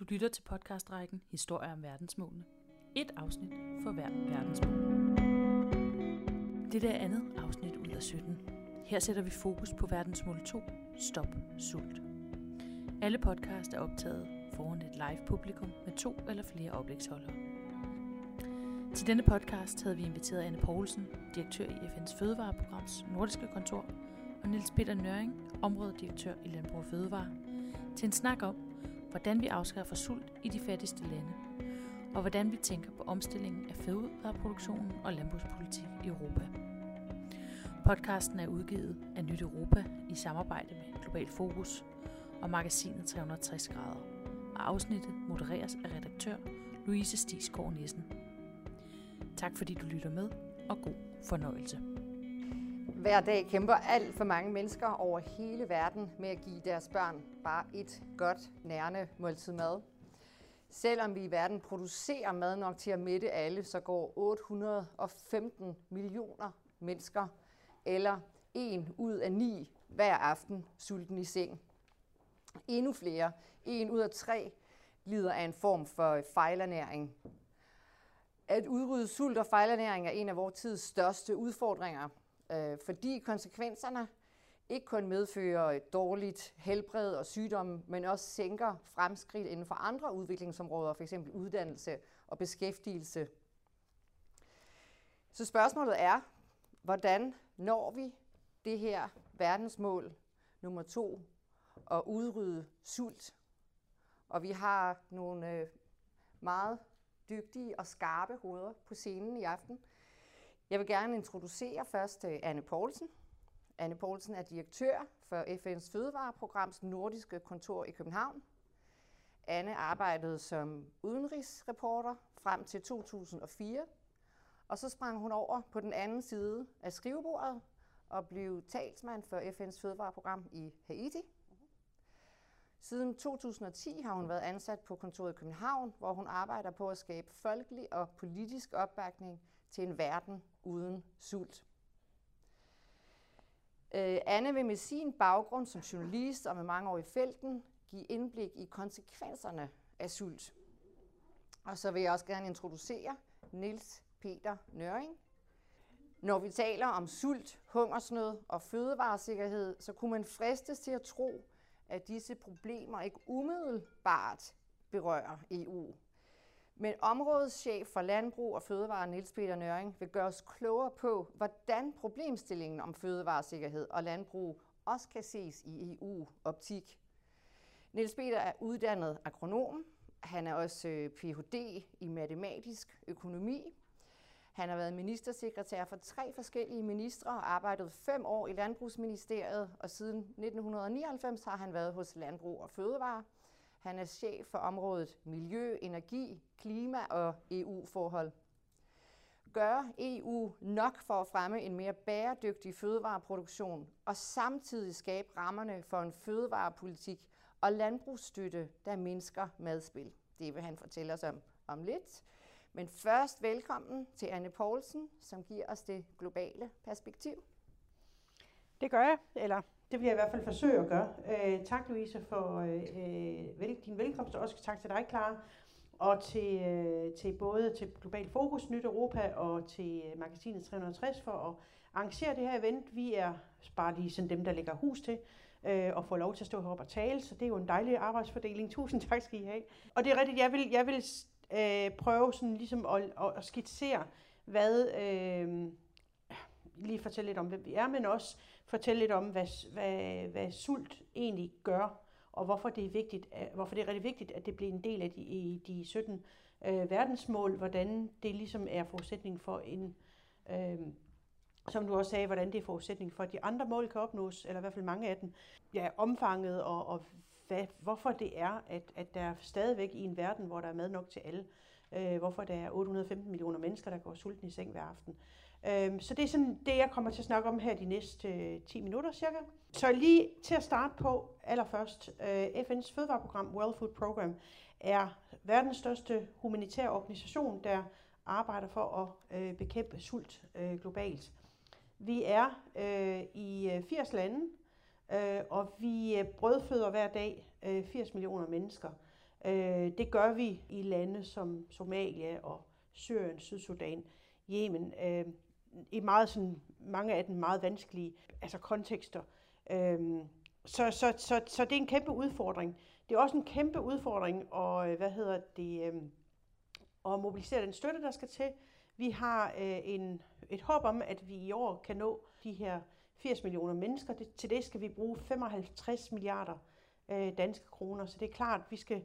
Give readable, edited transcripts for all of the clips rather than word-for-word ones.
lytter til podcastrækken Historier om verdensmålene. Et afsnit for hver verdensmål. Dette er andet afsnit ud af 17. Her sætter vi fokus på verdensmål 2, Stop sult. Alle podcast er optaget foran et live publikum med 2 eller flere oplægsholdere. Til denne podcast havde vi inviteret Anne Poulsen, direktør i FN's Fødevareprograms nordiske kontor, og Niels Peter Nøring, områdedirektør i Landbrug og Fødevare, til en snak om, hvordan vi afskaffer sult i de fattigste lande, og hvordan vi tænker på omstillingen af fødevareproduktionen og landbrugspolitik i Europa. Podcasten er udgivet af Nyt Europa i samarbejde med Global Fokus og magasinet 360 grader, og afsnittet modereres af redaktør Louise Stigsgaard Nissen. Tak fordi du lytter med, og god fornøjelse. Hver dag kæmper alt for mange mennesker over hele verden med at give deres børn bare et godt, nærende måltid mad. Selvom vi i verden producerer mad nok til at mætte alle, så går 815 millioner mennesker, eller 1 ud af 9 hver aften, sulten i seng. Endnu flere, 1 ud af 3, lider af en form for fejlernæring. At udrydde sult og fejlernæring er en af vores tids største udfordringer, fordi konsekvenserne ikke kun medfører et dårligt helbred og sygdomme, men også sænker fremskridt inden for andre udviklingsområder, f.eks. uddannelse og beskæftigelse. Så spørgsmålet er, hvordan når vi det her verdensmål nummer 2 at udrydde sult? Og vi har nogle meget dygtige og skarpe hoveder på scenen i aften. Jeg vil gerne introducere først Anne Poulsen. Anne Poulsen er direktør for FN's Fødevareprograms nordiske kontor i København. Anne arbejdede som udenrigsreporter frem til 2004, og så sprang hun over på den anden side af skrivebordet og blev talsmand for FN's Fødevareprogram i Haiti. Siden 2010 har hun været ansat på kontoret i København, hvor hun arbejder på at skabe folkelig og politisk opbakning til en verden uden sult. Anne vil med sin baggrund som journalist og med mange år i felten give indblik i konsekvenserne af sult. Og så vil jeg også gerne introducere Niels Peter Nøring. Når vi taler om sult, hungersnød og fødevaresikkerhed, så kunne man fristes til at tro, at disse problemer ikke umiddelbart berører EU. Men områdeschef for Landbrug og Fødevare, Niels Peter Nøring, vil gøre os klogere på, hvordan problemstillingen om fødevaresikkerhed og landbrug også kan ses i EU-optik. Niels Peter er uddannet agronom. Han er også Ph.D. i matematisk økonomi. Han har været ministersekretær for 3 forskellige ministre og arbejdet 5 år i Landbrugsministeriet, og siden 1999 har han været hos Landbrug og Fødevare. Han er chef for området miljø, energi, klima og EU-forhold. Gør EU nok for at fremme en mere bæredygtig fødevareproduktion og samtidig skabe rammerne for en fødevarepolitik og landbrugsstøtte, der mindsker madspil? Det vil han fortælle os om lidt. Men først velkommen til Anne Poulsen, som giver os det globale perspektiv. Det gør jeg, eller det vil jeg i hvert fald forsøge at gøre. Tak Louise for din velkomst, og også tak til dig, Clara, og til både til Global Fokus, Nyt Europa og til magasinet 360 for at arrangere det her event. Vi er bare lige sådan dem, der lægger hus til og får lov til at stå heroppe og tale, så det er jo en dejlig arbejdsfordeling. Tusind tak skal I have. Og det er rigtigt, jeg vil prøve sådan ligesom at skitsere, lige fortælle lidt om, hvem vi er, men også fortælle lidt om, hvad sult egentlig gør, og hvorfor det er rigtig vigtigt, at det bliver en del af de 17 verdensmål, hvordan det ligesom er forudsætning for en, som du også sagde, hvordan det er forudsætning for, at de andre mål kan opnås, eller i hvert fald mange af dem, omfanget og hvorfor det er, at der stadigvæk i en verden, hvor der er mad nok til alle, hvorfor der er 815 millioner mennesker, der går sulten i seng hver aften. Så det er sådan det, jeg kommer til at snakke om her de næste 10 minutter cirka. Så lige til at starte på allerførst, FN's Fødevareprogram, World Food Program, er verdens største humanitære organisation, der arbejder for at bekæmpe sult globalt. Vi er i 80 lande, og vi brødføder hver dag 80 millioner mennesker. Det gør vi i lande som Somalia og Syrien, Sydsudan, Yemen, i mange af dem meget vanskelige kontekster. Så det er en kæmpe udfordring. Det er også en kæmpe udfordring at mobilisere den støtte, der skal til. Vi har et håb om, at vi i år kan nå de her 80 millioner mennesker. Til det skal vi bruge 55 milliarder danske kroner. Så det er klart, at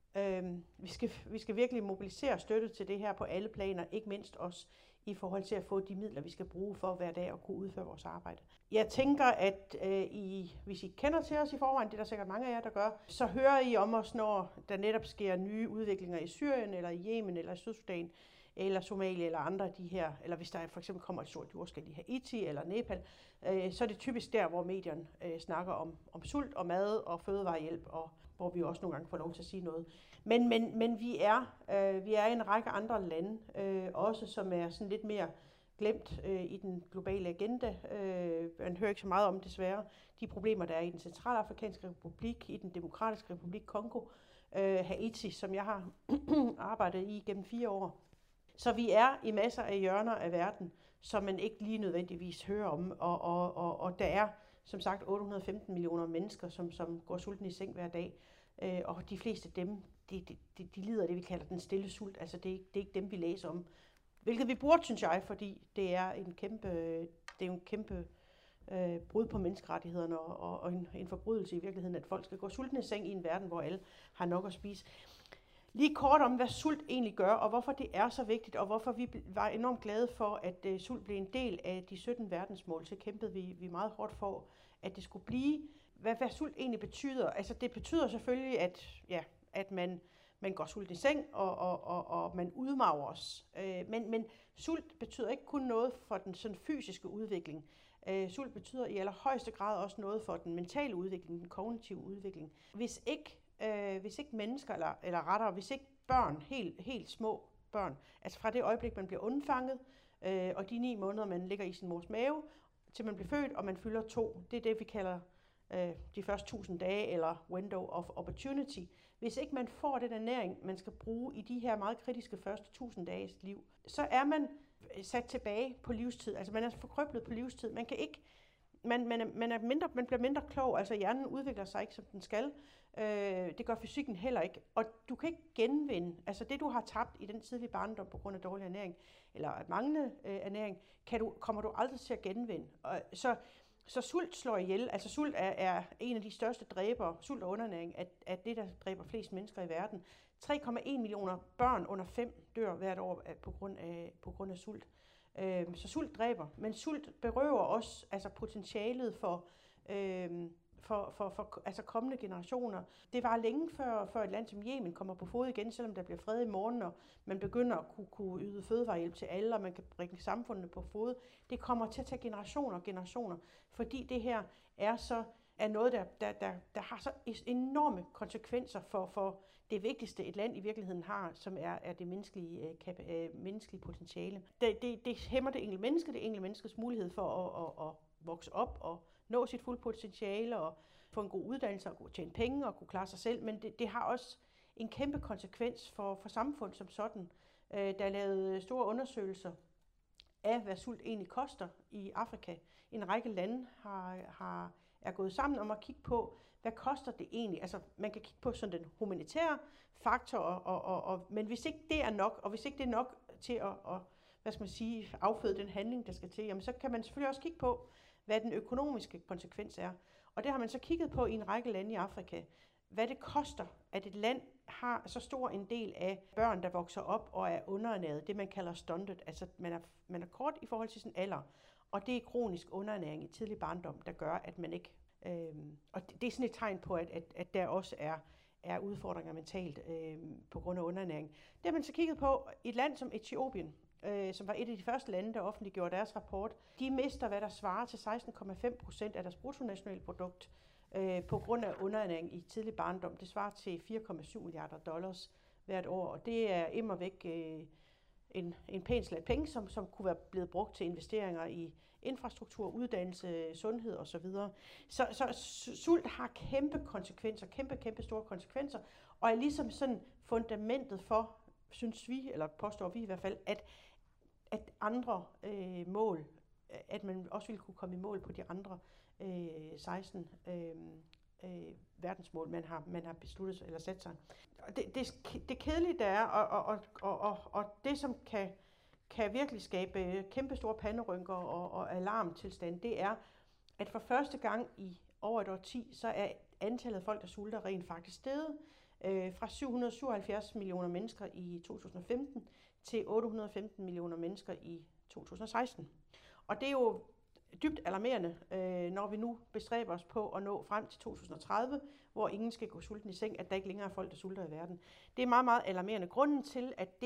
vi skal virkelig mobilisere støtte til det her på alle planer, ikke mindst også i forhold til at få de midler, vi skal bruge for hver dag at kunne udføre vores arbejde. Jeg tænker, at hvis I kender til os i forvejen, det er der sikkert mange af jer, der gør, så hører I om os, når der netop sker nye udviklinger i Syrien, eller i Yemen, eller i Sydsudan, eller Somalia, eller andre af de her, eller hvis der for eksempel kommer et stort jordskælv i Haiti eller Nepal, så er det typisk der, hvor medierne snakker om sult og mad og fødevarehjælp, og hvor vi også nogle gange får lov til at sige noget. Men vi er i en række andre lande, også som er sådan lidt mere glemt i den globale agenda. Man hører ikke så meget om, desværre, de problemer, der er i den Centralafrikanske Republik, i den Demokratiske Republik Kongo, Haiti, som jeg har arbejdet i gennem 4 år. Så vi er i masser af hjørner af verden, som man ikke lige nødvendigvis hører om, og der er som sagt 815 millioner mennesker, som går sultne i seng hver dag, og de fleste af dem, de lider af det, vi kalder den stille sult. Altså det er ikke dem, vi læser om. Hvilket vi burde, synes jeg, fordi det er en kæmpe brud på menneskerettighederne og en forbrydelse i virkeligheden, at folk skal gå sultne i seng i en verden, hvor alle har nok at spise. Lige kort om, hvad sult egentlig gør, og hvorfor det er så vigtigt, og hvorfor vi var enormt glade for, at sult blev en del af de 17 verdensmål. Så kæmpede vi meget hårdt for, at det skulle blive. Hvad sult egentlig betyder. Altså det betyder selvfølgelig, at man går sulten i seng, og man udmager os. Men sult betyder ikke kun noget for den sådan fysiske udvikling. Sult betyder i allerhøjeste grad også noget for den mentale udvikling, den kognitive udvikling. Hvis ikke mennesker, eller rettere, hvis ikke børn, helt små børn, altså fra det øjeblik, man bliver undfanget, og de 9 måneder, man ligger i sin mors mave, til man bliver født, og man fylder 2, det er det, vi kalder de første 1000 dage, eller window of opportunity. Hvis ikke man får den ernæring, man skal bruge i de her meget kritiske første 1000 dages liv, så er man sat tilbage på livstid. Altså man er forkrøblet på livstid. Man kan ikke, man bliver mindre klog, altså hjernen udvikler sig ikke, som den skal. Det gør fysikken heller ikke. Og du kan ikke genvinde, altså det du har tabt i den tidlige barndom på grund af dårlig ernæring, eller manglende ernæring, kommer du aldrig til at genvinde. Så sult slår ihjel. Altså sult er en af de største dræbere, sult og underernæring, er det, der dræber flest mennesker i verden. 3,1 millioner børn under 5 dør hvert år på grund af sult. Så sult dræber, men sult berøver også altså potentialet for kommende generationer. Det var længe før et land som Yemen kommer på fod igen, selvom der bliver fred i morgen, og man begynder at kunne yde fødevarehjælp til alle, og man kan bringe samfundene på fod. Det kommer til at tage generationer, fordi det her er noget, der har så enorme konsekvenser for det vigtigste, et land i virkeligheden har, som er det menneskelige potentiale. Det hæmmer det enkelte menneskes mulighed for at vokse op og nå sit fulde potentiale og få en god uddannelse og kunne tjene penge og kunne klare sig selv, men det har også en kæmpe konsekvens for samfund som sådan. Der er lavet store undersøgelser af, hvad sult egentlig koster i Afrika. En række lande er gået sammen om at kigge på, hvad koster det egentlig? Altså man kan kigge på sådan den humanitære faktor, men hvis ikke det er nok, og hvis ikke det er nok til at afføde den handling, der skal til, jamen, så kan man selvfølgelig også kigge på, hvad den økonomiske konsekvens er. Og det har man så kigget på i en række lande i Afrika. Hvad det koster, at et land har så stor en del af børn, der vokser op og er underernæret, det man kalder stunted. Altså man er kort i forhold til sin alder, og det er kronisk underernæring i tidlig barndom, der gør, at man ikke... og det er sådan et tegn på, at der også er udfordringer mentalt på grund af underernæring. Det har man så kigget på i et land som Etiopien, som var et af de første lande, der offentliggjorde deres rapport. De mister, hvad der svarer til 16,5% af deres bruttonationalprodukt på grund af underernæring i tidlig barndom. Det svarer til $4,7 milliarder hvert år, og det er immervæk en pæn slat penge, som kunne være blevet brugt til investeringer i infrastruktur, uddannelse, sundhed osv. Så sult har kæmpe konsekvenser, kæmpe store konsekvenser, og er ligesom sådan fundamentet for, synes vi, eller påstår vi i hvert fald, at andre mål, at man også ville kunne komme i mål på de andre 16 verdensmål, man har besluttet eller sat sig. Det kedelige der er, og det som kan virkelig skabe kæmpe store panderynker og alarmtilstand, det er, at for første gang i over et årti, så er antallet af folk, der sulter, rent faktisk steget fra 777 millioner mennesker i 2015 til 815 millioner mennesker i 2016. Og det er jo dybt alarmerende, når vi nu bestræber os på at nå frem til 2030, hvor ingen skal gå sulten i seng, at der ikke længere er folk, der sulter i verden. Det er meget, meget alarmerende. Grunden til, at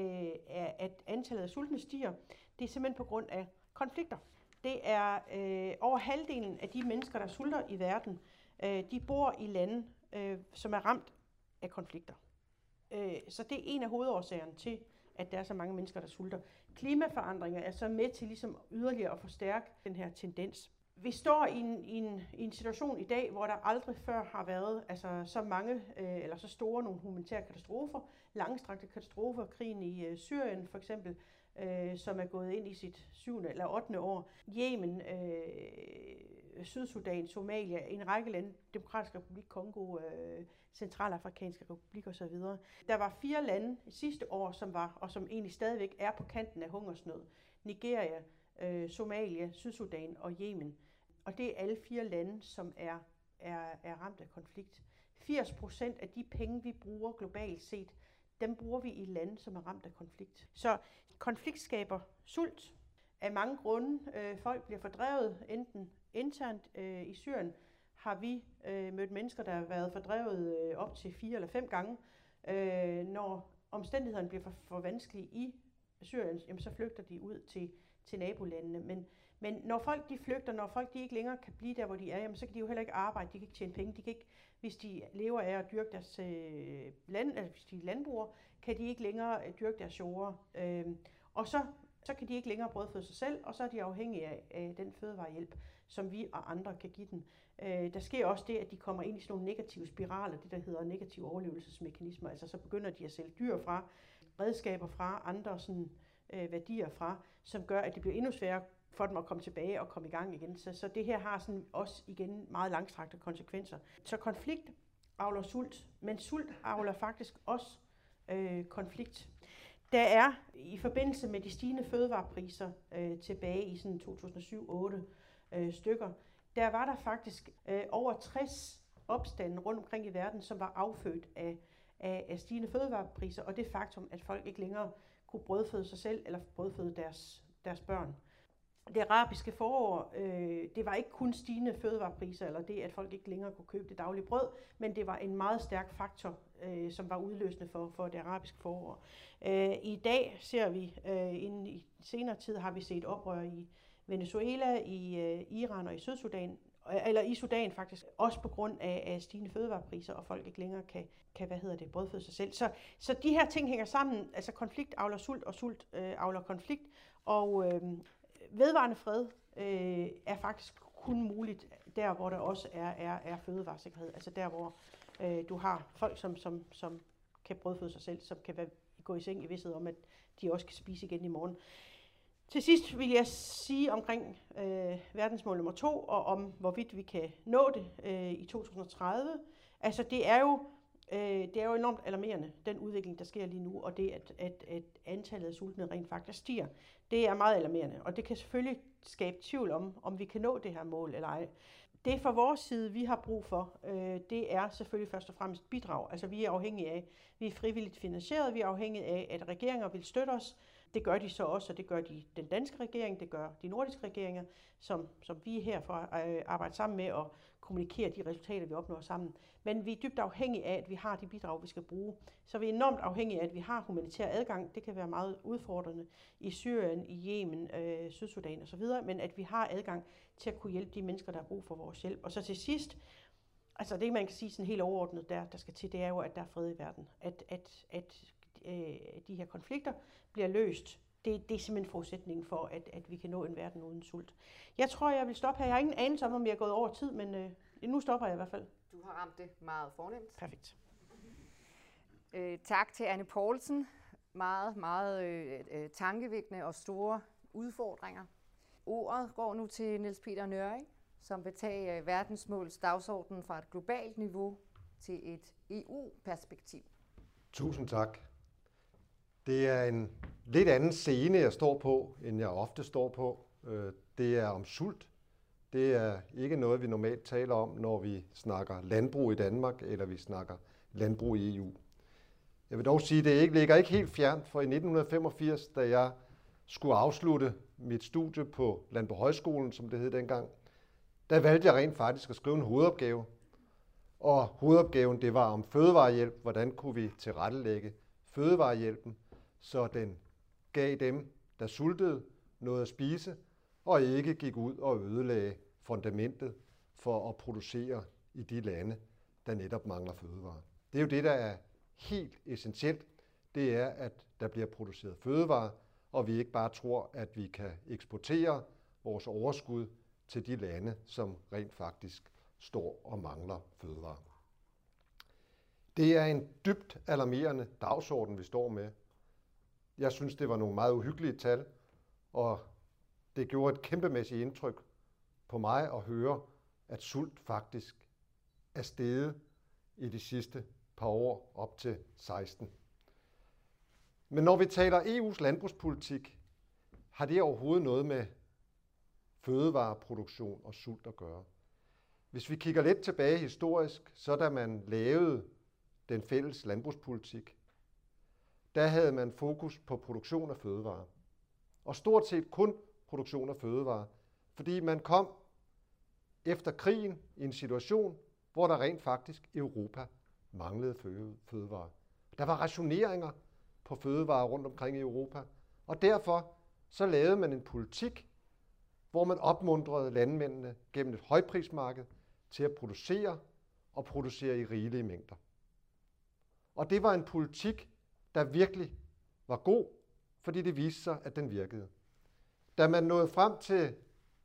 at antallet af sultne stiger, det er simpelthen på grund af konflikter. Det er over halvdelen af de mennesker, der sulter i verden, de bor i lande, som er ramt af konflikter. Så det er en af hovedårsagerne til, at der er så mange mennesker, der sulter. Klimaforandringer er så med til ligesom yderligere at forstærke den her tendens. Vi står i en situation i dag, hvor der aldrig før har været så mange eller så store nogle humanitære katastrofer, langstrakte katastrofer, krigen i Syrien for eksempel, som er gået ind i sit 7. eller 8. år. Yemen, Sydsudan, Somalia, en række lande, Demokratisk Republik Kongo, Centralafrikanske Republik osv. Der var 4 lande sidste år, som egentlig stadigvæk er på kanten af hungersnød. Nigeria, Somalia, Sydssudan og Yemen. Og det er alle 4 lande, som er ramt af konflikt. 80% af de penge, vi bruger globalt set, dem bruger vi i lande, som er ramt af konflikt. Så konflikt skaber sult af mange grunde. Folk bliver fordrevet, enten internt i Syrien har vi mødt mennesker, der har været fordrevet op til 4 eller 5 gange. Når omstændighederne bliver for vanskelige i Syrien, jamen, så flygter de ud til nabolandene. Men når folk de flygter, når folk de ikke længere kan blive der, hvor de er, jamen, så kan de jo heller ikke arbejde, de kan ikke tjene penge, de kan ikke, hvis de lever af at dyrke deres hvis de er landbrugere, kan de ikke længere dyrke deres jorder. Og så kan de ikke længere brødføde sig selv, og så er de afhængige af den fødevarehjælp, som vi og andre kan give dem. Der sker også det, at de kommer ind i sådan nogle negative spiraler, det der hedder negative overlevelsesmekanismer. Altså så begynder de at sælge dyr fra, redskaber fra, andre sådan, værdier fra, som gør, at det bliver endnu sværere for dem at komme tilbage og komme i gang igen. Så det her har sådan også igen meget langstrakte konsekvenser. Så konflikt avler sult, men sult avler faktisk også konflikt. Der er i forbindelse med de stigende fødevarepriser tilbage i sådan 2007-8 stykker, der var der faktisk over 60 opstande rundt omkring i verden, som var affødt af stigende fødevarepriser, og det faktum, at folk ikke længere kunne brødføde sig selv eller brødføde deres børn. Det arabiske forår, det var ikke kun stigende fødevarepriser, eller det, at folk ikke længere kunne købe det daglige brød, men det var en meget stærk faktor, som var udløsende for det arabiske forår. I dag ser vi, inden i senere tid har vi set oprør i Venezuela, i Iran og i Sydsudan, eller i Sudan faktisk, også på grund af stigende fødevarepriser, og folk ikke længere kan brødføde sig selv. Så de her ting hænger sammen, altså konflikt avler sult, og sult avler konflikt, og vedvarende fred er faktisk kun muligt der, hvor der også er fødevaresikkerhed, altså der, hvor du har folk, som kan brødføde sig selv, som kan gå i seng i vidsthed om, at de også kan spise igen i morgen. Til sidst vil jeg sige omkring verdensmål nummer 2, og om hvorvidt vi kan nå det i 2030. Altså det er jo enormt alarmerende, den udvikling, der sker lige nu, og det, at antallet af sultne rent faktisk stiger. Det er meget alarmerende, og det kan selvfølgelig skabe tvivl om vi kan nå det her mål eller ej. Det fra vores side, vi har brug for, det er selvfølgelig først og fremmest bidrag. Altså vi er afhængige af, vi er frivilligt finansieret, vi er afhængige af, at regeringer vil støtte os. Det gør de så også, og det gør den danske regering, det gør de nordiske regeringer, som vi er her for at arbejde sammen med og kommunikere de resultater, vi opnår sammen. Men vi er dybt afhængige af, at vi har de bidrag, vi skal bruge. Så vi er enormt afhængige af, at vi har humanitær adgang. Det kan være meget udfordrende i Syrien, i Yemen, Sydsudan osv., men at vi har adgang til at kunne hjælpe de mennesker, der har brug for vores hjælp. Og så til sidst, altså det man kan sige sådan helt overordnet, der skal til, det er jo, at der er fred i verden. At de her konflikter bliver løst. Det er simpelthen forudsætningen for, at vi kan nå en verden uden sult. Jeg tror, jeg vil stoppe her. Jeg har ingen anelse om jeg er gået over tid, men nu stopper jeg i hvert fald. Du har ramt det meget fornemt. Perfekt. Tak til Anne Poulsen. Meget tankevækkende og store udfordringer. Ordet går nu til Niels Peter Nøring, som vil tage verdensmåls dagsordenen fra et globalt niveau til et EU-perspektiv. Tusind tak. Det er en lidt anden scene, jeg står på, end jeg ofte står på. Det er om sult. Det er ikke noget, vi normalt taler om, når vi snakker landbrug i Danmark, eller vi snakker landbrug i EU. Jeg vil dog sige, at det ligger ikke helt fjernt, for i 1985, da jeg skulle afslutte mit studie på Landbohøjskolen, som det hed dengang, der valgte jeg rent faktisk at skrive en hovedopgave. Og hovedopgaven, det var om fødevarehjælp. Hvordan kunne vi tilrettelægge fødevarehjælpen, så den gav dem, der sultede, noget at spise, og ikke gik ud og ødelagde fundamentet for at producere i de lande, der netop mangler fødevarer. Det er jo det, der er helt essentielt. Det er, at der bliver produceret fødevarer, og vi ikke bare tror, at vi kan eksportere vores overskud til de lande, som rent faktisk står og mangler fødevarer. Det er en dybt alarmerende dagsorden, vi står med. Jeg synes, det var nogle meget uhyggelige tal, og det gjorde et kæmpemæssigt indtryk på mig at høre, at sult faktisk er steget i de sidste par år op til 16. Men når vi taler EU's landbrugspolitik, har det overhovedet noget med fødevareproduktion og sult at gøre. Hvis vi kigger lidt tilbage historisk, så da man lavede den fælles landbrugspolitik, der havde man fokus på produktion af fødevarer. Og stort set kun produktion af fødevarer, fordi man kom efter krigen i en situation, hvor der rent faktisk i Europa manglede fødevarer. Der var rationeringer på fødevarer rundt omkring i Europa, og derfor så lavede man en politik, hvor man opmuntrede landmændene gennem et højprismarked til at producere og producere i rigelige mængder. Og det var en politik, der virkelig var god, fordi det viste sig, at den virkede. Da man nåede frem til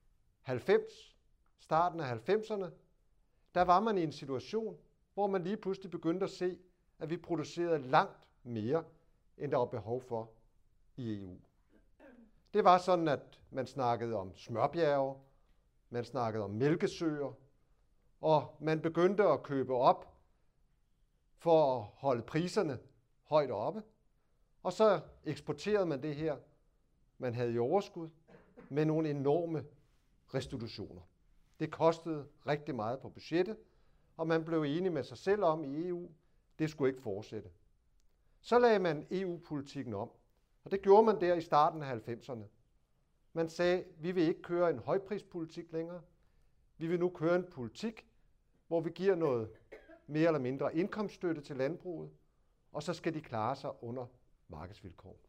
90, starten af 90'erne, der var man i en situation, hvor man lige pludselig begyndte at se, at vi producerede langt mere, end der var behov for i EU. Det var sådan, at man snakkede om smørbjerge, man snakkede om mælkesøer, og man begyndte at købe op for at holde priserne højt oppe. Og så eksporterede man det her, man havde i overskud, med nogle enorme restitutioner. Det kostede rigtig meget på budgettet, og man blev enig med sig selv om i EU, det skulle ikke fortsætte. Så lagde man EU-politikken om, og det gjorde man der i starten af 90'erne. Man sagde, vi vil ikke køre en højprispolitik længere. Vi vil nu køre en politik, hvor vi giver noget mere eller mindre indkomststøtte til landbruget, og så skal de klare sig under markedsvilkår.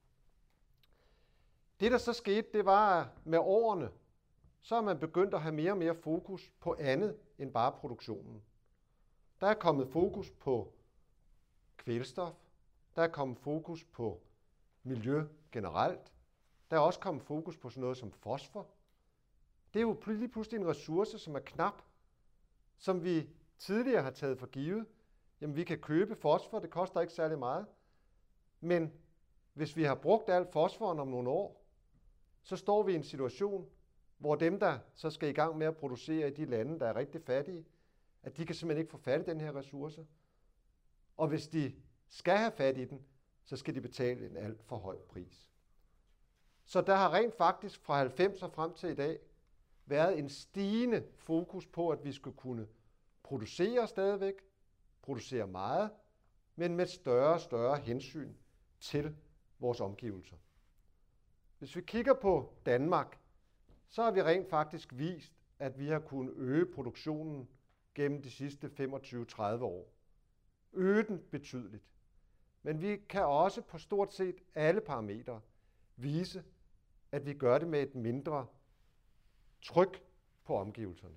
Det, der så skete, det var, at med årene, så er man begyndt at have mere og mere fokus på andet end bare produktionen. Der er kommet fokus på kvælstof, der er kommet fokus på miljø generelt, der er også kommet fokus på sådan noget som fosfor. Det er jo lige pludselig en ressource, som er knap, som vi tidligere har taget for givet. Jamen, vi kan købe fosfor, det koster ikke særlig meget. Men hvis vi har brugt alt fosforen om nogle år, så står vi i en situation, hvor dem, der så skal i gang med at producere i de lande, der er rigtig fattige, at de kan simpelthen ikke få fat i den her ressource. Og hvis de skal have fat i den, så skal de betale en alt for høj pris. Så der har rent faktisk fra 90 og frem til i dag været en stigende fokus på, at vi skulle kunne producere stadigvæk, producere meget, men med større og større hensyn til vores omgivelser. Hvis vi kigger på Danmark, så har vi rent faktisk vist, at vi har kunnet øge produktionen gennem de sidste 25-30 år. Øge den betydeligt. Men vi kan også på stort set alle parametre vise, at vi gør det med et mindre tryk på omgivelserne.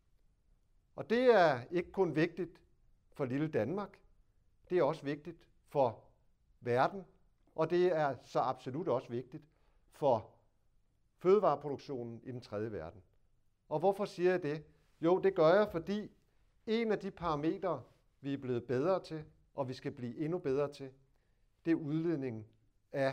Og det er ikke kun vigtigt for lille Danmark, det er også vigtigt for verden, og det er så absolut også vigtigt for fødevareproduktionen i den tredje verden. Og hvorfor siger jeg det? Jo, det gør jeg, fordi en af de parametre, vi er blevet bedre til og vi skal blive endnu bedre til, det er udledningen af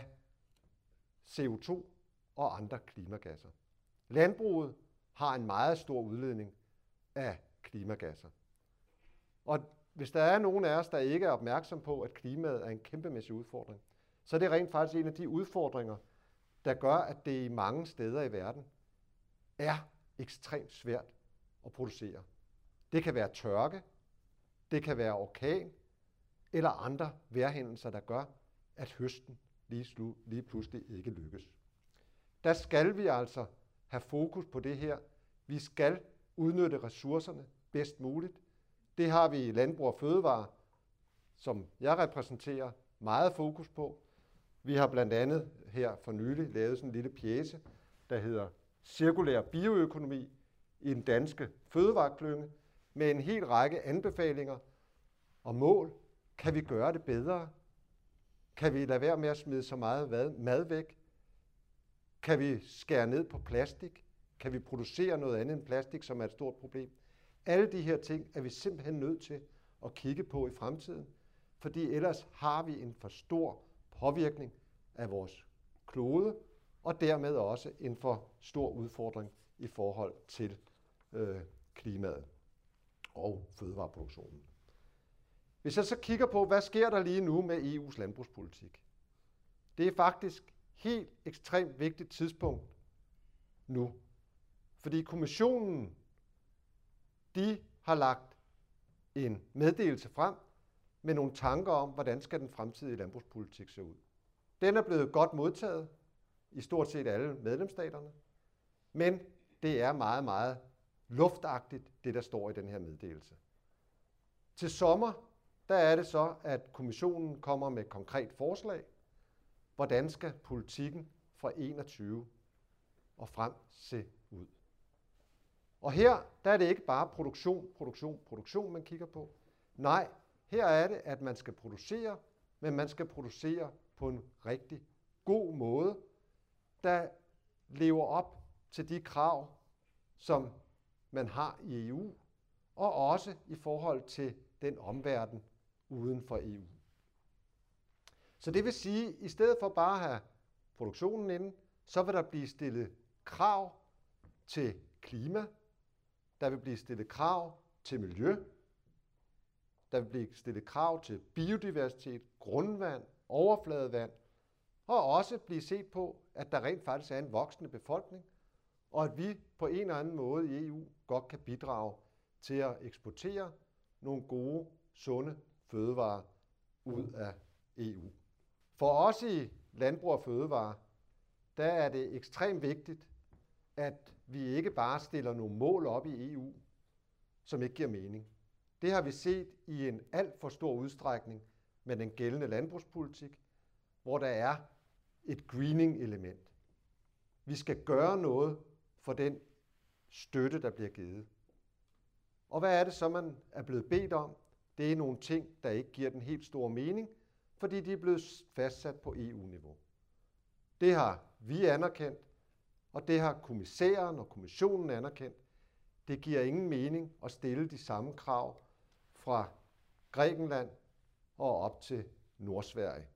CO2 og andre klimagasser. Landbruget har en meget stor udledning af klimagasser. Og hvis der er nogen af os, der ikke er opmærksom på, at klimaet er en kæmpemæssig udfordring, så er det rent faktisk en af de udfordringer, der gør, at det i mange steder i verden er ekstremt svært at producere. Det kan være tørke, det kan være orkan, eller andre vejrhændelser, der gør, at høsten lige pludselig ikke lykkes. Der skal vi altså have fokus på det her. Vi skal udnytte ressourcerne bedst muligt. Det har vi i Landbrug og Fødevare, som jeg repræsenterer, meget fokus på. Vi har blandt andet her for nylig lavet sådan en lille pjece, der hedder Cirkulær bioøkonomi i den danske fødevareklynge, med en hel række anbefalinger og mål. Kan vi gøre det bedre? Kan vi lade være med at smide så meget mad væk? Kan vi skære ned på plastik? Kan vi producere noget andet end plastik, som er et stort problem? Alle de her ting er vi simpelthen nødt til at kigge på i fremtiden, fordi ellers har vi en for stor påvirkning af vores klode, og dermed også en for stor udfordring i forhold til klimaet og fødevareproduktionen. Hvis jeg så kigger på, hvad sker der lige nu med EU's landbrugspolitik? Det er faktisk helt ekstremt vigtigt tidspunkt nu, fordi kommissionen, de har lagt en meddelelse frem med nogle tanker om, hvordan skal den fremtidige landbrugspolitik se ud. Den er blevet godt modtaget i stort set alle medlemsstaterne, men det er meget, meget luftagtigt, det der står i den her meddelelse. Til sommer, der er det så, at kommissionen kommer med et konkret forslag, hvordan skal politikken fra 21 og frem se ud. Og her, der er det ikke bare produktion, man kigger på. Nej, her er det, at man skal producere, men man skal producere på en rigtig god måde, der lever op til de krav, som man har i EU, og også i forhold til den omverden uden for EU. Så det vil sige, at i stedet for bare at have produktionen inde, så vil der blive stillet krav til klima, der vil blive stillet krav til miljø, der vil blive stillet krav til biodiversitet, grundvand, overfladevand, og også blive set på, at der rent faktisk er en voksende befolkning, og at vi på en eller anden måde i EU godt kan bidrage til at eksportere nogle gode, sunde fødevarer ud af EU. For os i Landbrug og Fødevare, der er det ekstremt vigtigt, at vi ikke bare stiller nogle mål op i EU, som ikke giver mening. Det har vi set i en alt for stor udstrækning med den gældende landbrugspolitik, hvor der er et greening-element. Vi skal gøre noget for den støtte, der bliver givet. Og hvad er det så, man er blevet bedt om? Det er nogle ting, der ikke giver den helt store mening, fordi de er blevet fastsat på EU-niveau. Det har vi anerkendt, og det har kommissæren og kommissionen anerkendt. Det giver ingen mening at stille de samme krav fra Grækenland og op til Nordsverige.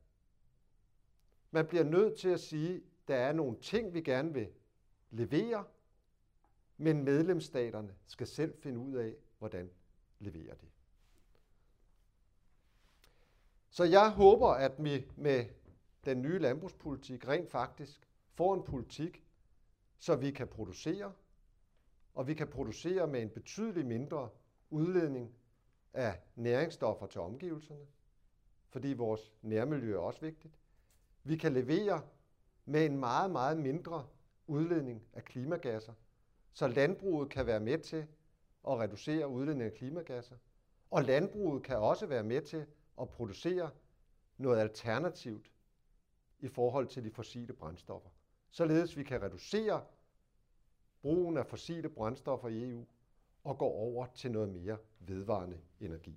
Man bliver nødt til at sige, at der er nogle ting, vi gerne vil levere, men medlemsstaterne skal selv finde ud af, hvordan leverer de. Så jeg håber, at vi med den nye landbrugspolitik rent faktisk får en politik, så vi kan producere, og vi kan producere med en betydelig mindre udledning af næringsstoffer til omgivelserne, fordi vores nærmiljø er også vigtigt. Vi kan levere med en meget, meget mindre udledning af klimagasser, så landbruget kan være med til at reducere udledningen af klimagasser, og landbruget kan også være med til at producere noget alternativt i forhold til de fossile brændstoffer. Således vi kan reducere brugen af fossile brændstoffer i EU og gå over til noget mere vedvarende energi.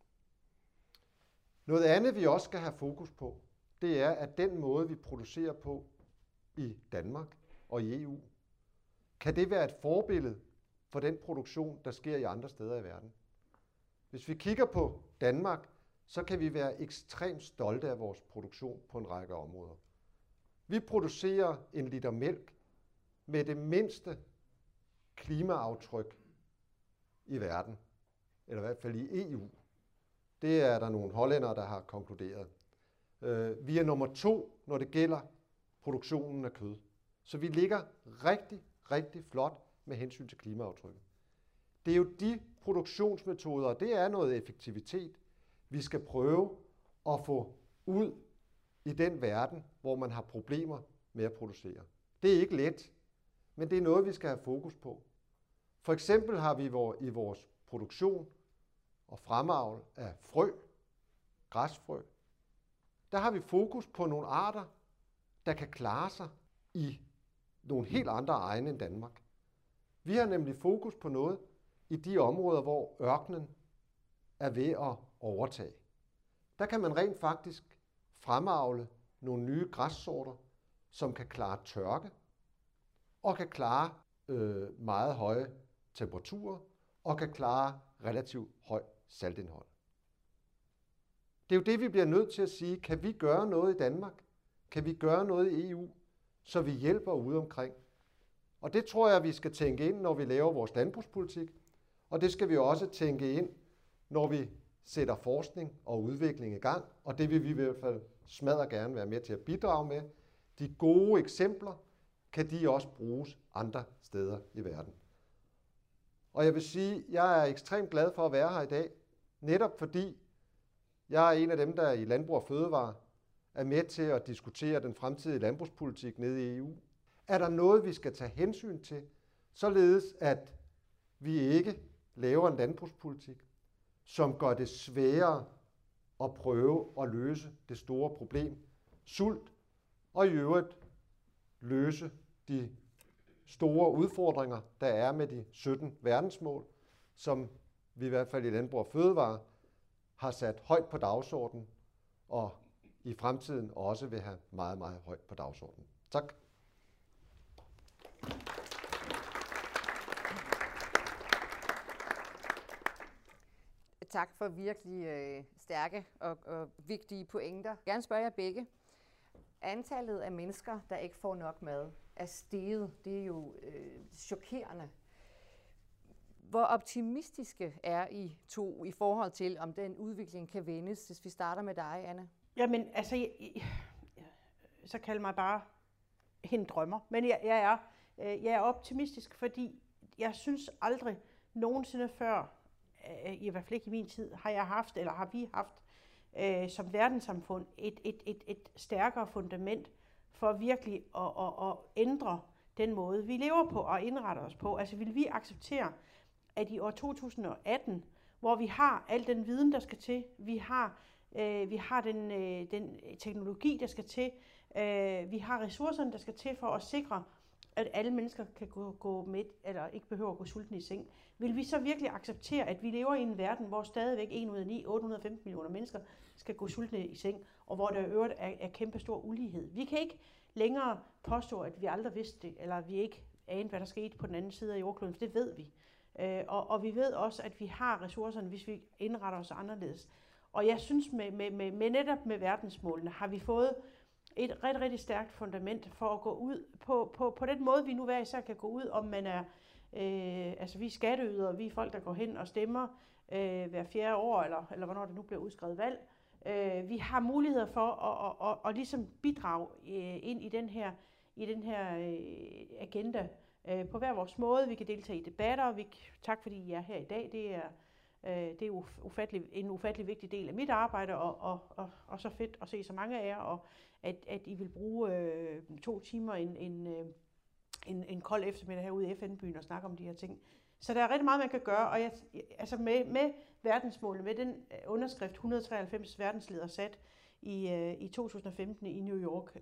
Noget andet, vi også skal have fokus på, det er, at den måde, vi producerer på i Danmark og i EU, kan det være et forbillede for den produktion, der sker i andre steder i verden. Hvis vi kigger på Danmark, så kan vi være ekstremt stolte af vores produktion på en række områder. Vi producerer 1 liter mælk med det mindste klimaaftryk i verden, eller i hvert fald i EU. Det er der nogle hollændere, der har konkluderet. Vi er nummer 2, når det gælder produktionen af kød. Så vi ligger rigtig, rigtig flot med hensyn til klimaaftrykket. Det er jo de produktionsmetoder, og det er noget effektivitet, vi skal prøve at få ud i den verden, hvor man har problemer med at producere. Det er ikke let, men det er noget, vi skal have fokus på. For eksempel har vi i vores produktion og fremavl af frø, græsfrø, der har vi fokus på nogle arter, der kan klare sig i nogle helt andre egne end Danmark. Vi har nemlig fokus på noget i de områder, hvor ørkenen er ved at overtage. Der kan man rent faktisk fremavle nogle nye græssorter, som kan klare tørke og kan klare meget høje temperaturer og kan klare relativt højt saltindhold. Det er jo det, vi bliver nødt til at sige. Kan vi gøre noget i Danmark? Kan vi gøre noget i EU, så vi hjælper ude omkring? Og det tror jeg, vi skal tænke ind, når vi laver vores landbrugspolitik. Og det skal vi også tænke ind, når vi sætter forskning og udvikling i gang. Og det vil vi i hvert fald smadre gerne være med til at bidrage med. De gode eksempler kan de også bruges andre steder i verden. Og jeg vil sige, at jeg er ekstremt glad for at være her i dag, netop fordi jeg er en af dem, der i Landbrug og Fødevare er med til at diskutere den fremtidige landbrugspolitik nede i EU. Er der noget, vi skal tage hensyn til, således at vi ikke laver en landbrugspolitik, som gør det sværere at prøve at løse det store problem, sult, og i øvrigt løse de store udfordringer, der er med de 17 verdensmål, som vi i hvert fald i Landbrug og Fødevare har sat højt på dagsordenen, og i fremtiden også vil have meget, meget højt på dagsordenen. Tak. Tak for virkelig stærke og vigtige pointer. Jeg vil gerne spørge jer begge. Antallet af mennesker, der ikke får nok mad, er steget. Det er jo chokerende. Hvor optimistiske er I to i forhold til, om den udvikling kan vendes, hvis vi starter med dig, Anna? Jamen, altså, så kald mig bare en drømmer. Men jeg er optimistisk, fordi jeg synes aldrig nogensinde før, i hvert fald ikke i min tid, har vi haft som verdenssamfund et stærkere fundament for virkelig at ændre den måde, vi lever på og indretter os på. Altså vil vi acceptere, at i år 2018, hvor vi har al den viden, der skal til, vi har den teknologi, der skal til, vi har ressourcerne, der skal til for at sikre, at alle mennesker kan gå med, eller ikke behøver at gå sultne i seng. Vil vi så virkelig acceptere, at vi lever i en verden, hvor stadigvæk 1 ud af 9, 815 millioner mennesker skal gå sultne i seng, og hvor der i øvrigt er kæmpe stor ulighed? Vi kan ikke længere påstå, at vi aldrig vidste det, eller at vi ikke anede, hvad der skete på den anden side af jordkloden, for det ved vi. Og vi ved også, at vi har ressourcerne, hvis vi indretter os anderledes. Og jeg synes, med netop med verdensmålene, har vi fået et rigtig, rigtig stærkt fundament for at gå ud på den måde, vi nu hver især kan gå ud, om man er, altså vi er skatteydere, vi er folk, der går hen og stemmer hver 4. år, eller hvornår det nu bliver udskrevet valg. Vi har muligheder for at ligesom bidrage ind i den her agenda på hver vores måde. Vi kan deltage i debatter. Tak fordi I er her i dag. Det er jo en ufattelig vigtig del af mit arbejde, og så fedt at se så mange af jer, og at I vil bruge 2 timer en kold eftermiddag herude i FN-byen og snakke om de her ting. Så der er rigtig meget, man kan gøre, og altså med verdensmålene, med den underskrift 193 verdensledere sat i 2015 i New York,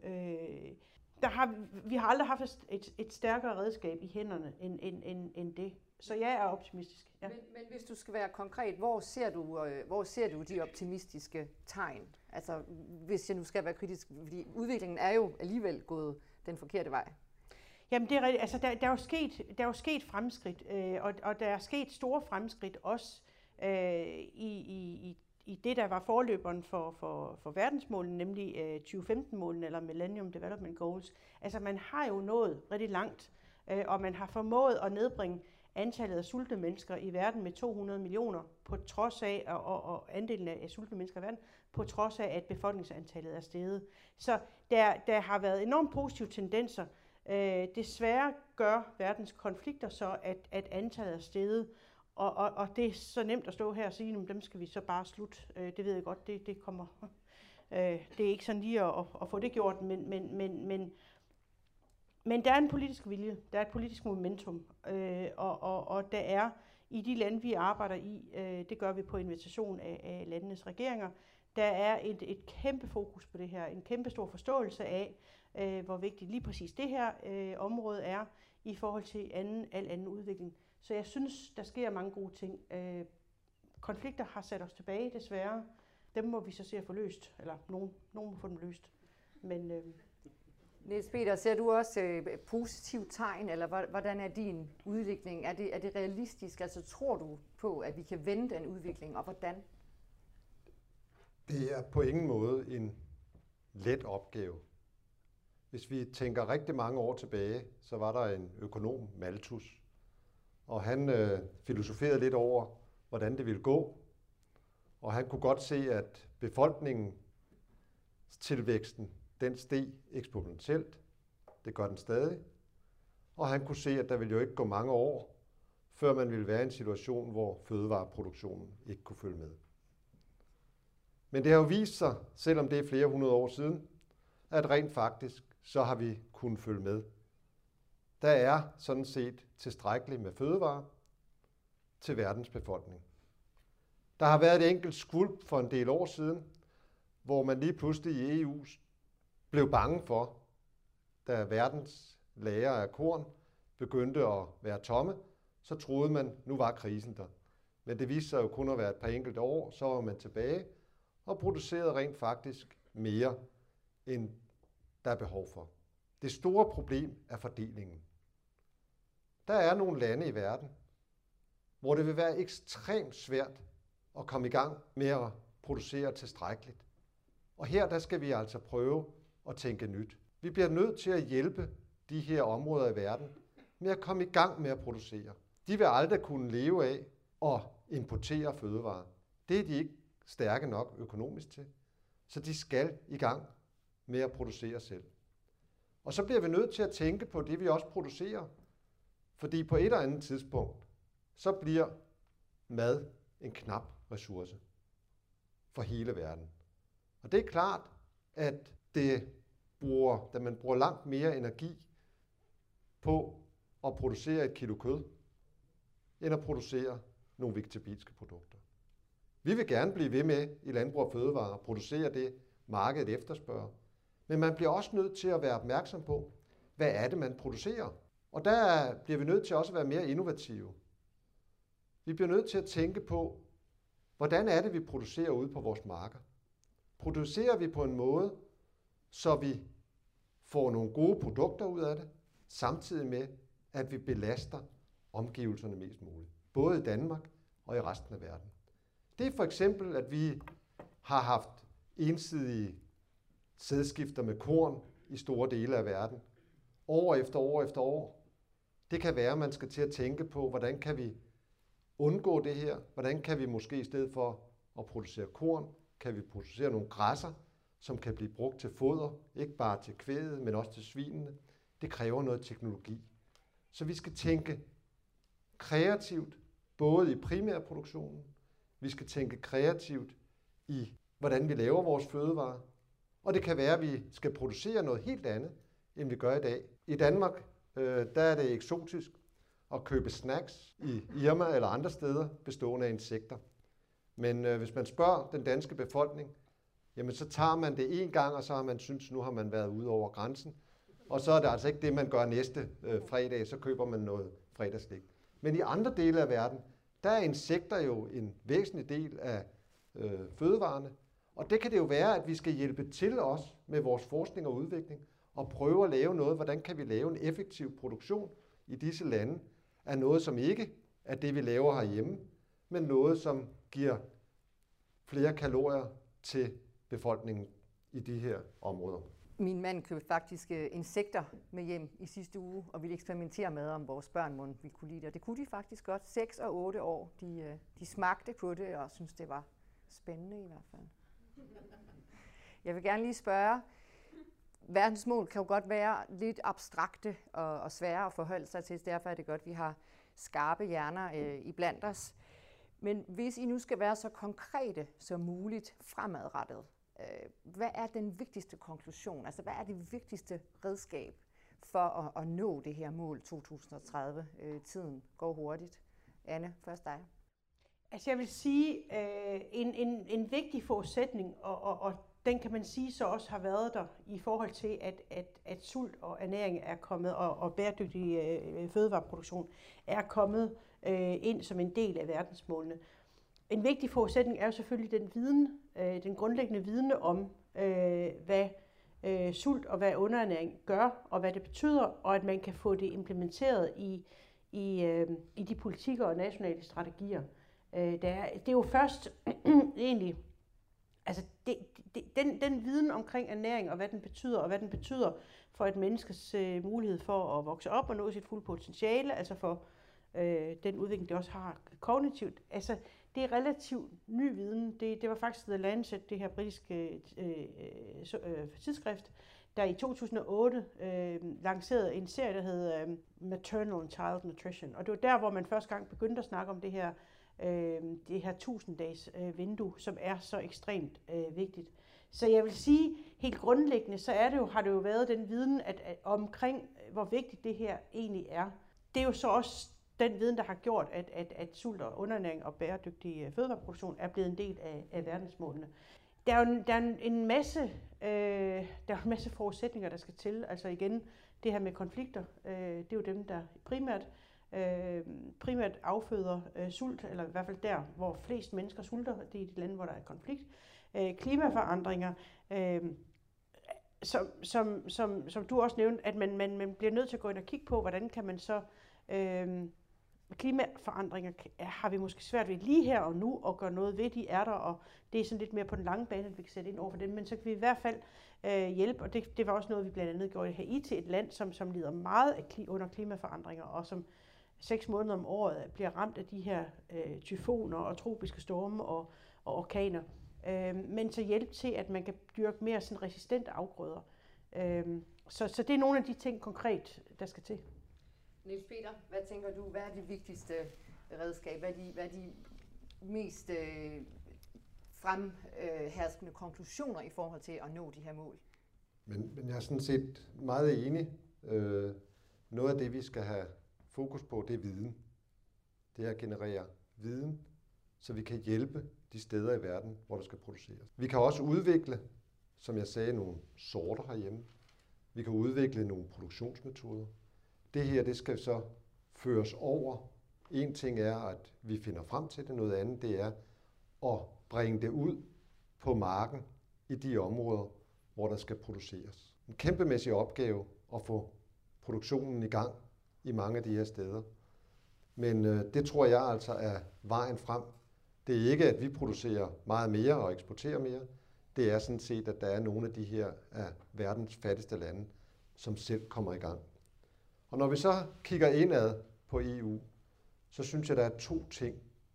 vi har aldrig haft et stærkere redskab i hænderne end det. Så jeg er optimistisk. Ja. Men hvis du skal være konkret, hvor ser du de optimistiske tegn? Altså, hvis jeg nu skal være kritisk, fordi udviklingen er jo alligevel gået den forkerte vej. Jamen det er rigtigt. Altså, der er jo sket fremskridt, og der er sket store fremskridt også i i det, der var forløberen for verdensmålene, nemlig 2015-målene eller Millennium Development Goals. Altså man har jo nået rigtig langt, og man har formået at nedbringe antallet af sultne mennesker i verden med 200 millioner, på trods af, og andelen af sultne mennesker i verden, på trods af, at befolkningsantallet er steget. Så der har været enormt positive tendenser. Desværre gør verdens konflikter så, at antallet er steget, og det er så nemt at stå her og sige, at dem skal vi så bare slutte. Det ved jeg godt, det kommer. Det er ikke sådan lige at få det gjort, men der er en politisk vilje, der er et politisk momentum, og der er i de lande, vi arbejder i, det gør vi på invitation af landenes regeringer, der er et kæmpe fokus på det her, en kæmpe stor forståelse af, hvor vigtigt lige præcis det her område er i forhold til al anden udvikling. Så jeg synes, der sker mange gode ting. Konflikter har sat os tilbage, desværre. Dem må vi så se at få løst, eller nogen må få dem løst. Men Niels Peter, ser du også positive tegn, eller hvordan er din udvikling? Er det realistisk? Altså tror du på, at vi kan vende den udvikling, og hvordan? Det er på ingen måde en let opgave. Hvis vi tænker rigtig mange år tilbage, så var der en økonom, Malthus, og han filosoferede lidt over, hvordan det ville gå. Og han kunne godt se, at befolkningens tilvæksten, den steg eksponentielt. Det gør den stadig. Og han kunne se, at der ville jo ikke gå mange år, før man ville være i en situation, hvor fødevareproduktionen ikke kunne følge med. Men det har jo vist sig, selvom det er flere hundrede år siden, at rent faktisk, så har vi kunnet følge med. Der er sådan set tilstrækkeligt med fødevarer til verdens befolkning. Der har været et enkelt skvulp for en del år siden, hvor man lige pludselig i EU blev bange for, da verdens lager af korn begyndte at være tomme, så troede man, nu var krisen der. Men det viste sig jo kun at være et par enkelte år, så var man tilbage og producerede rent faktisk mere, end der er behov for. Det store problem er fordelingen. Der er nogle lande i verden, hvor det vil være ekstremt svært at komme i gang med at producere tilstrækkeligt. Og her der skal vi altså prøve at tænke nyt. Vi bliver nødt til at hjælpe de her områder i verden med at komme i gang med at producere. De vil aldrig kunne leve af at importere fødevarer. Det er de ikke stærke nok økonomisk til. Så de skal i gang med at producere selv. Og så bliver vi nødt til at tænke på det, vi også producerer. Fordi på et eller andet tidspunkt, så bliver mad en knap ressource for hele verden. Og det er klart, at da man bruger langt mere energi på at producere et kilo kød, end at producere nogle vegetabilske produkter. Vi vil gerne blive ved med i Landbrug og Fødevare at producere det, markedet efterspørger. Men man bliver også nødt til at være opmærksom på, hvad er det, man producerer. Og der bliver vi nødt til også at være mere innovative. Vi bliver nødt til at tænke på, hvordan er det, vi producerer ude på vores marker. Producerer vi på en måde, så vi får nogle gode produkter ud af det, samtidig med, at vi belaster omgivelserne mest muligt. Både i Danmark og i resten af verden. Det er for eksempel, at vi har haft ensidige sædskifter med korn i store dele af verden. År efter år efter år. Det kan være, at man skal til at tænke på, hvordan kan vi undgå det her? Hvordan kan vi måske i stedet for at producere korn, kan vi producere nogle græsser, som kan blive brugt til foder, ikke bare til kvæget, men også til svinene. Det kræver noget teknologi. Så vi skal tænke kreativt, både i primærproduktionen, vi skal tænke kreativt i, hvordan vi laver vores fødevarer, og det kan være, at vi skal producere noget helt andet, end vi gør i dag. I Danmark, der er det eksotisk at købe snacks i Irma eller andre steder, bestående af insekter. Men hvis man spørger den danske befolkning, jamen så tager man det en gang, og så har man synes, nu har man været ude over grænsen. Og så er det altså ikke det, man gør næste fredag, så køber man noget fredagsslik. Men i andre dele af verden, der er insekter jo en væsentlig del af fødevarene. Og det kan det jo være, at vi skal hjælpe til os med vores forskning og udvikling, og prøve at lave noget, hvordan kan vi lave en effektiv produktion i disse lande, af noget, som ikke er det, vi laver herhjemme, men noget, som giver flere kalorier til befolkningen i de her områder. Min mand købte faktisk insekter med hjem i sidste uge, og ville eksperimentere med, om vores børn ville kunne lide det. Og det kunne de faktisk godt. 6 og 8 år. De smagte på det, og synes det var spændende i hvert fald. Jeg vil gerne lige spørge, verdensmål kan jo godt være lidt abstrakte og svære at forholde sig til. Derfor er det godt, at vi har skarpe hjerner iblandt os. Men hvis I nu skal være så konkrete som muligt fremadrettet, hvad er den vigtigste konklusion? Altså, hvad er det vigtigste redskab for at nå det her mål 2030? Tiden går hurtigt. Anne, først dig. Altså, jeg vil sige, en vigtig forudsætning, og den kan man sige så også har været der i forhold til, at sult og ernæring er kommet, og bæredygtig fødevareproduktion er kommet ind som en del af verdensmålene. En vigtig forudsætning er jo selvfølgelig den viden, den grundlæggende viden om, hvad sult og hvad underernæring gør, og hvad det betyder, og at man kan få det implementeret i de politikker og nationale strategier. Det er jo først egentlig, altså den viden omkring ernæring og hvad den betyder for et menneskes mulighed for at vokse op og nå sit fulde potentiale, altså for den udvikling, det også har kognitivt. Altså, det er relativt ny viden. Det var faktisk The Lancet, det her britiske tidsskrift, der i 2008 lancerede en serie, der hed Maternal and Child Nutrition. Og det var der, hvor man første gang begyndte at snakke om det her 1000-dages vindue, som er så ekstremt vigtigt. Så jeg vil sige, helt grundlæggende, så har det jo været den viden at omkring, hvor vigtigt det her egentlig er. Det er jo så også den viden, der har gjort, at sult og underernæring og bæredygtig fødevareproduktion er blevet en del af verdensmålene. Der er en masse forudsætninger, der skal til. Altså igen, det her med konflikter, det er jo dem, der primært afføder sult, eller i hvert fald der, hvor flest mennesker sulter, det er de lande, hvor der er konflikt. Klimaforandringer, som du også nævnte, at man bliver nødt til at gå ind og kigge på, hvordan kan man så klimaforandringer har vi måske svært ved lige her og nu at gøre noget ved, de er der, og det er sådan lidt mere på den lange bane, at vi kan sætte ind over for dem, men så kan vi i hvert fald hjælpe, og det var også noget, vi blandt andet gjorde i Haiti, et land, som lider meget under klimaforandringer, og som 6 måneder om året bliver ramt af de her tyfoner og tropiske storme og orkaner, men så hjælp til, at man kan dyrke mere sådan resistente afgrøder. Så det er nogle af de ting konkret, der skal til. Niels Peter, hvad tænker du? Hvad er det vigtigste redskab? Hvad er de mest fremherskende konklusioner i forhold til at nå de her mål? Men jeg er sådan set meget enig. Noget af det, vi skal have fokus på, det er viden. Det er at generere viden, så vi kan hjælpe de steder i verden, hvor der skal produceres. Vi kan også udvikle, som jeg sagde, nogle sorter herhjemme. Vi kan udvikle nogle produktionsmetoder. Det her, det skal så føres over. En ting er, at vi finder frem til det. Noget andet, det er at bringe det ud på marken i de områder, hvor der skal produceres. En kæmpemæssig opgave at få produktionen i gang i mange af de her steder. Men det tror jeg altså er vejen frem. Det er ikke, at vi producerer meget mere og eksporterer mere. Det er sådan set, at der er nogle af de her af verdens fattigste lande, som selv kommer i gang. Og når vi så kigger indad på EU, så synes jeg, der er 2 ting,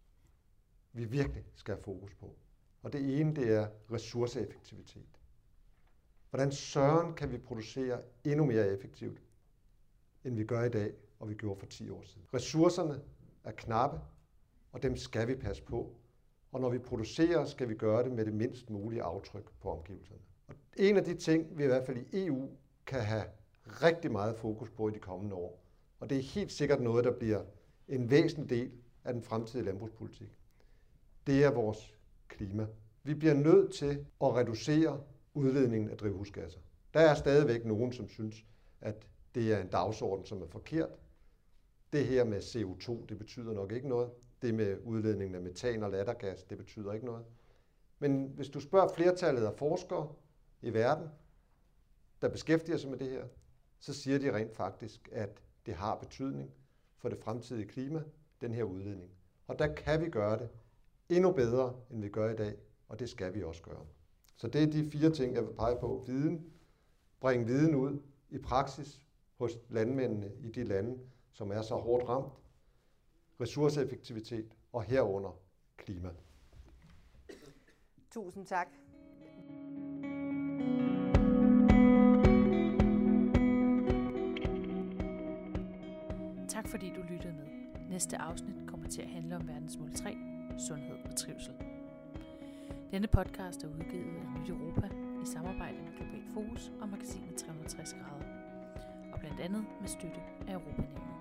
vi virkelig skal have fokus på. Og det ene, det er ressourceeffektivitet. Hvordan søren kan vi producere endnu mere effektivt, end vi gør i dag, og vi gjorde for 10 år siden. Ressourcerne er knappe, og dem skal vi passe på. Og når vi producerer, skal vi gøre det med det mindst mulige aftryk på omgivelserne. Og en af de ting, vi i hvert fald i EU kan have rigtig meget fokus på i de kommende år, og det er helt sikkert noget, der bliver en væsentlig del af den fremtidige landbrugspolitik, det er vores klima. Vi bliver nødt til at reducere udledningen af drivhusgasser. Der er stadigvæk nogen, som synes, at det er en dagsorden, som er forkert. Det her med CO2, det betyder nok ikke noget. Det med udledningen af metan og lattergas, det betyder ikke noget. Men hvis du spørger flertallet af forskere i verden, der beskæftiger sig med det her, så siger de rent faktisk, at det har betydning for det fremtidige klima, den her udledning. Og der kan vi gøre det endnu bedre, end vi gør i dag, og det skal vi også gøre. Så det er de 4 ting, jeg vil pege på. Viden, bringe viden ud i praksis hos landmændene i de lande, som er så hårdt ramt, ressourceeffektivitet og herunder klima. Tusind tak. Tak fordi du lyttede med. Næste afsnit kommer til at handle om verdensmål 3, sundhed og trivsel. Denne podcast er udgivet af Nyt Europa i samarbejde med Global Fokus og magasinet 360 grader, og blandt andet med støtte af Europanævnet.